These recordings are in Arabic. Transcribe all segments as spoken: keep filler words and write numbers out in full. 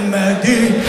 والمدينة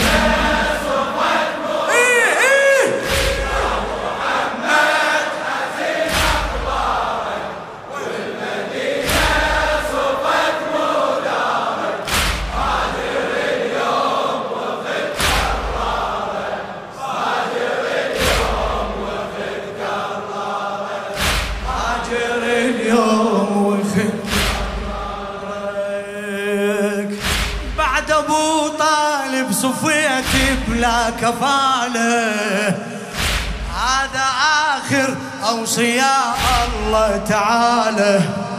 صفيت بلا كفالة. هذا آخر أوصياء الله تعالى.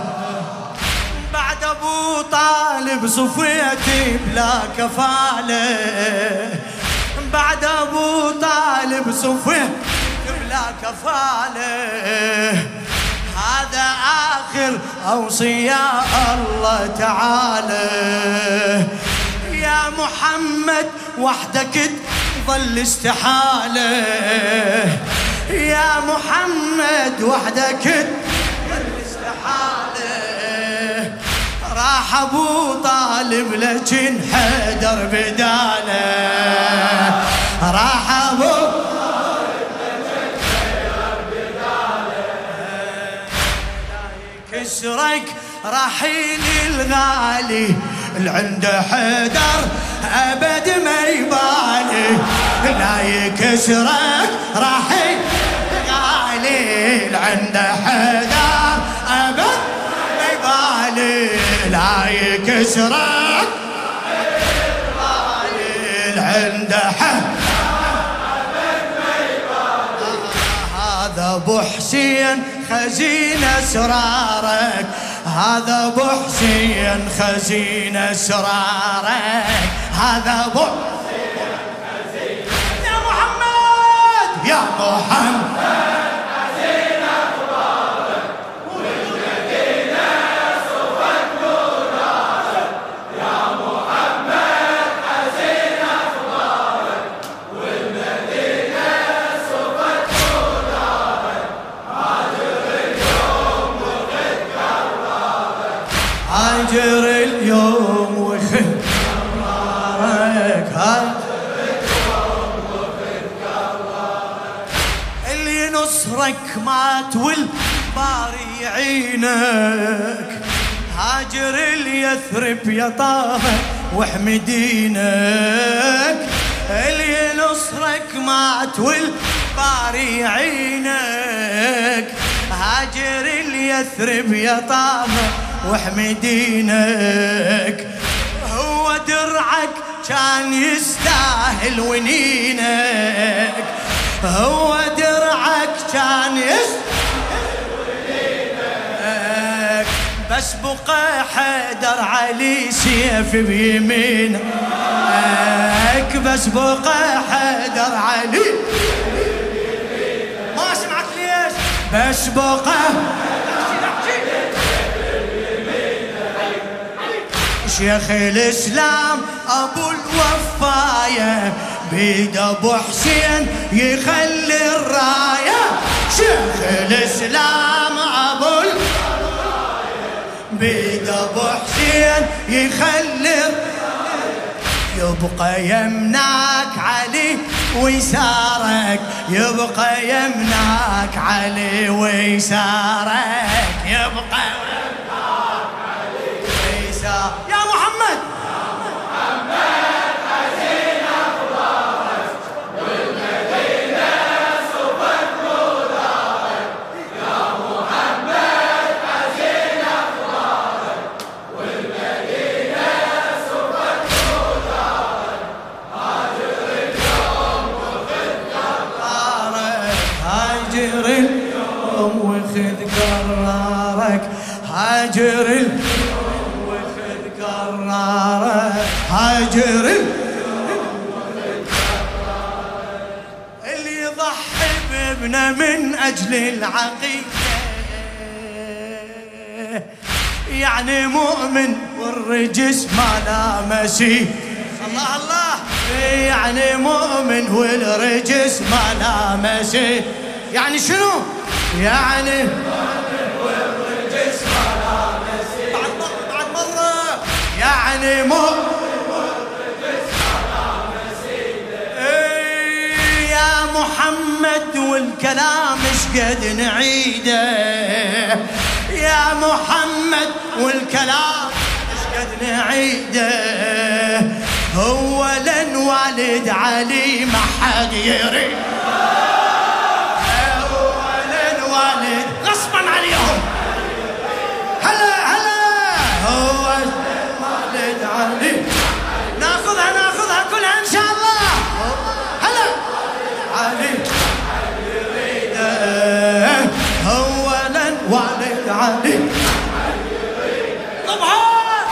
بعد أبو طالب صفيت بلا كفالة. بعد أبو طالب صفيت بلا كفالة. هذا آخر أوصياء الله تعالى. يا محمد وحدك تظل استحالة. يا محمد وحدك تظل استحالة. راح أبو طالب لكن حيدر بداله. راح أبو طالب لكن حيدر بداله. لا يكسرك رحيل الغالي اللي عنده حيدر أبد ما يبالي. لا يكسرك رحيل الغالي اللي عنده حيدر أبد ما يبالي. لا يكسرك رحيل الغالي اللي عنده حيدر أبد ما يبالي. هذا أبو حسين خزين أسرارك. هذا أبو حسين خزين أسرارك. هذا أبو حسين خزين. يا محمد يا محمد خزين أخبارك. والمدينة صفت نورك. يا محمد خزين أخبارك. والمدينة صفت نورك. هاجر اليوم وخذ قرارك. هاجر اليوم وخذ قرارك. هاجر اليوم وخذ قرارك. اللي نصرك مات والباري يعينك. هاجر اليثرب يا طه واحمي دينك. اللي نصرك مات والباري يعينك. هاجر اليثرب يا طه واحمي دينك. هو درعك كان يستاهل ونينك. هو درعك كان يستاهل ونينك. بس بقى حيدر علي سيف بيمينك. بس بقى حيدر علي ما سمعت ليش. بس بقى شيخ الإسلام أبو الوفاية بيد أبو حسين يخلي الراية. شيخ الإسلام أبو الوفاية بيد أبو حسين يخلي الراية. يبقى يمناك علي ويسارك. يبقى يمناك علي ويسارك. يبقى يا محمد يا محمد خزين أخبارك. والمدينة صفت نورك. يا محمد خزين أخبارك. والمدينة صفت نورك. هاجر اليوم وخذ قرارك. هاجر اليوم وخذ قرارك. هاجر اليوم قرارك. هاجر اللي يضحي بابنه من أجل العقيدة يعني مؤمن والرجس ما لامسي. الله الله. يعني مؤمن والرجس ما لامسي. يعني شنو؟ يعني مؤمن والرجس ما لامسي. يعني مؤمن والرجس ما والكلام شقد نعيده يا محمد، والكلام شقد نعيده. هو لن والد علي ما حد يريد، هو لن والد غصبا عليهم. هلا هلا هو لن والد علي، ناخذها ناخذها كلها ان شاء الله. هلا علي يريده، هو لن والد علي طبعا.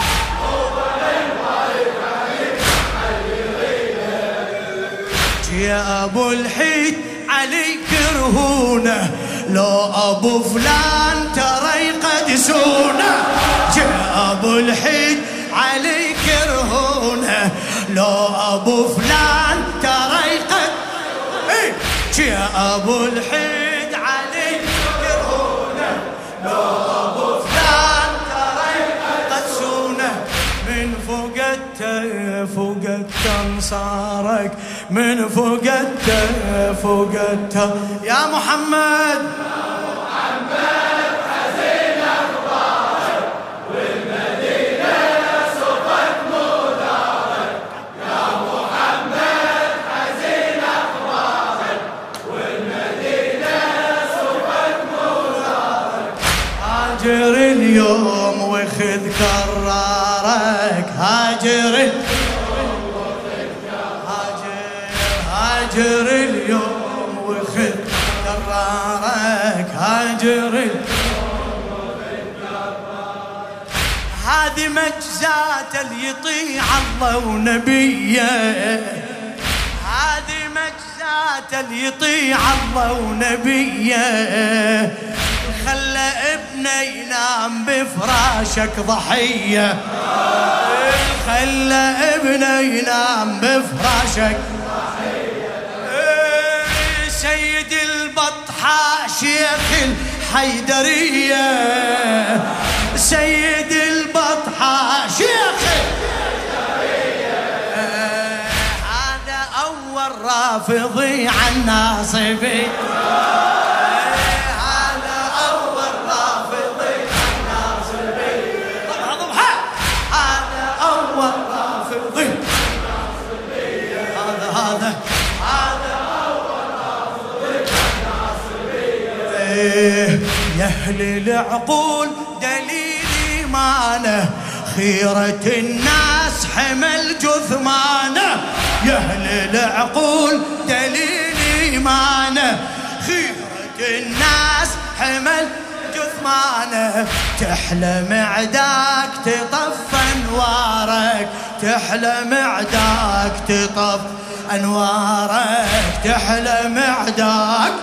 يا ابو الحيد علي كرهونه، لو ابو فلان ترى يقدسونه. يا ابو الحيد علي كرهونه، لو ابو فلان ترى يقد إيه؟ يا ابو الحيد علي كرهونه، لو ابو فلان ترى يقدسونه. من فقدته فقدت انصارك، من فقدته فقدته يا محمد. يا محمد حزين اخبارك، والمدينه صفت مدارك. يا محمد حزين اخبارك، والمدينه صفت مدارك. هاجر اليوم وخذ قرارك، هاجر هاجر اليوم وخذ قرارك، هاجر اليوم وخذ قرارك. هذه مجزات اللي يطيع الله ونبيه، هذه مجزات اللي يطيع الله ونبيه. خلى ابنه ينام بفراشك ضحيه، خلى ابنه ينام بفراشك. سيد البطحاء شيخ الحيدرية، سيد البطحاء شيخ الحيدرية. هذا أول رافضي عن ناصبي، هذا أول رافضي عن ناصبي. ضبها ضبها، هذا أول رافضي عن ناصبي. هذا هذا يا أهل العقول دليل إيمانه، خيرة الناس حمل جثمانه. يا أهل العقول دليل إيمانه، خيرة الناس حمل جثمانه. تحلى معداك تطف أنوارك، تحلى معداك تطف أنوارك، تحلى معداك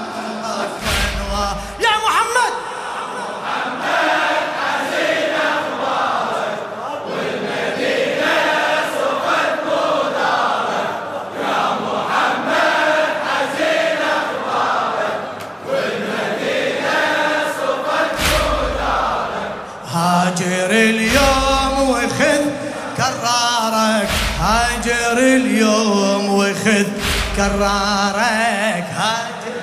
يا محمد. محمد حزين اخبارك، والمدينه صفت مدارك. يا محمد حزين اخبارك، والمدينه صفت مدارك. هاجر اليوم وخذ قرارك، هاجر اليوم وخذ قرارك، هاجر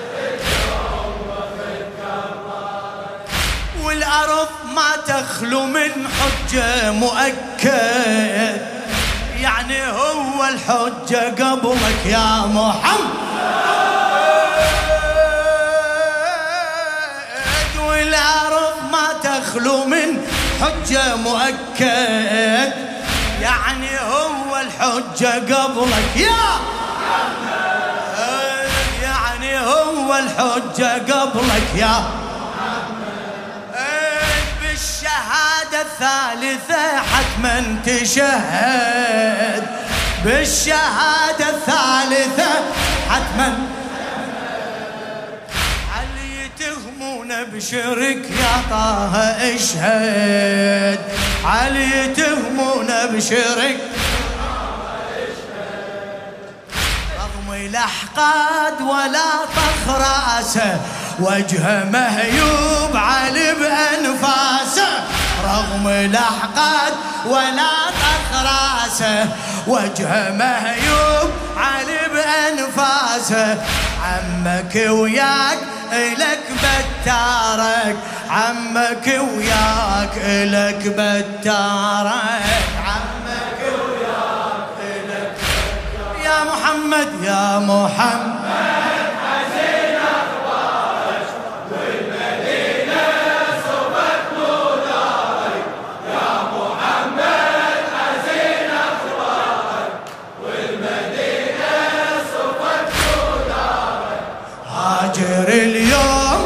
والأرض ما تخلو من حجة مؤكد. يعني هو الحجة قبلك يا محمد، والأرض ما تخلو من حجة مؤكد. يعني هو الحجة قبلك يا محمد، يعني هو الحجة قبلك يا بالشهادة الثالثة حتما تشهد، بالشهادة الثالثة حتما. علي يتهمون بشرك يا طه اشهد، علي يتهمون بشرك رغم الأحقاد ولا طخ راسه، وجهه مهيوب علي بأنفاسه. رغم الأحقاد ولا طخ راسه، وجهه مهيوب علي بأنفاسه. عمك وياك إلك بتارك، عمك وياك إلك بتارك، عمك وياك إلك بتارك. يا محمد يا محمد حزين أخبارك والمدينة صفت مدارك. يا محمد حزين أخبارك والمدينة صفت مدارك. هاجر اليوم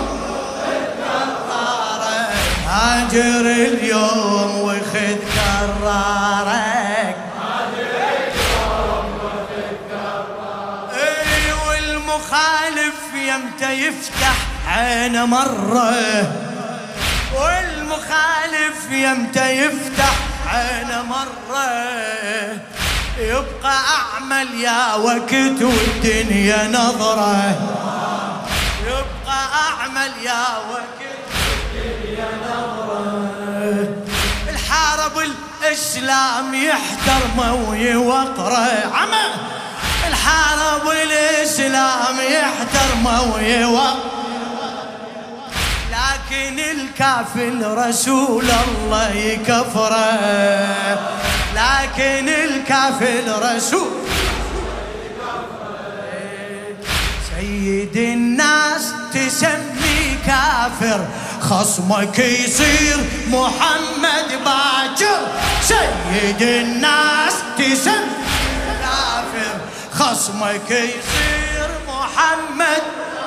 قرارك، هاجر اليوم وخذ قرارك، هاجر اليوم وخذ قرارك. اي والمخالف يمتى يفتح عينه مرة، والمخالف يمتى يفتح عينه مرة، يبقى أعمل يا وقت والدنيا نظرة، يبقى أعمل يا وقت والدنيا نظرة. الحارب الإسلام يحترمه ويوقره، عمى الحارب الإسلام يحترمه ويوقره، لكن الكافر رسول الله يكفره، لكن الكافر رسول سيد الناس تسمي كافر، خصمك يصير محمد باكر. سيد الناس تسمي كافر، خصمك يصير محمد،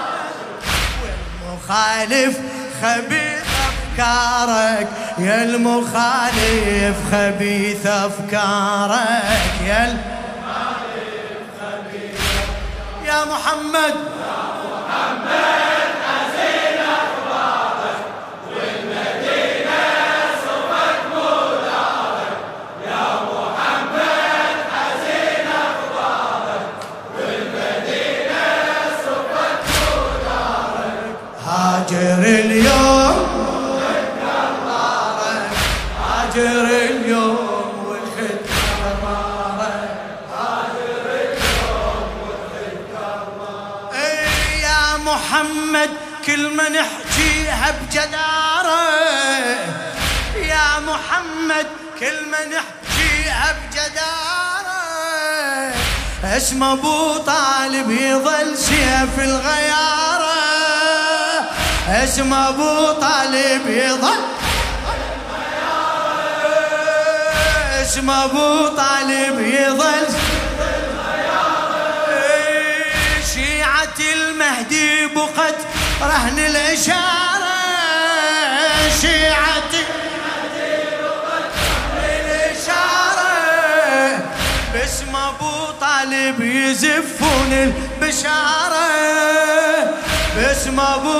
والمخالف خبيث أفكارك، يا المخالف خبيث أفكارك، يا المخالف خبيث أفكارك. يا محمد يا محمد حزين أخبارك والمدينة صفت مدارك. يا محمد حزين أخبارك والمدينة صفت مدارك. هاجر اليوم قرارك، هاجر اليوم وخذ قرارك، هاجر اليوم وخذ قرارك. اي يا محمد كل ما نحكيها بجدارة، يا محمد كل ما نحكيها بجدارة، اسم ابو طالب يظل سيف الغيارة، اسم ابو طالب يظل اسم ابو طالب يظل شيعة المهدي بقت رهن الإشارة، شيعة المهدي بقت رهن الإشارة، باسم ابو طالب يزفون البشارة، باسم ابو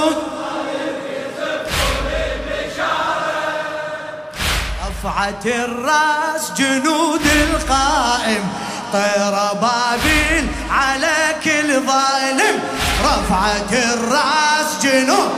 رفعت الراس جنود القائم، طير بابيل على كل ظالم، رفعت الراس جنود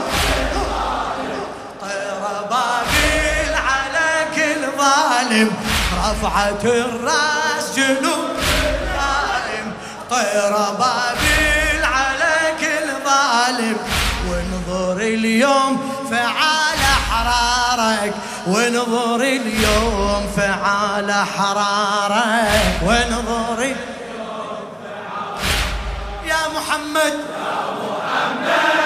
طير بابيل على كل ظالم، رفعت الراس جنود القائم، طير بابيل على كل ظالم. وانظر اليوم فعال حرارك، وانظر اليوم فعال حرارك، وانظر اليوم فعال. يا محمد يا محمد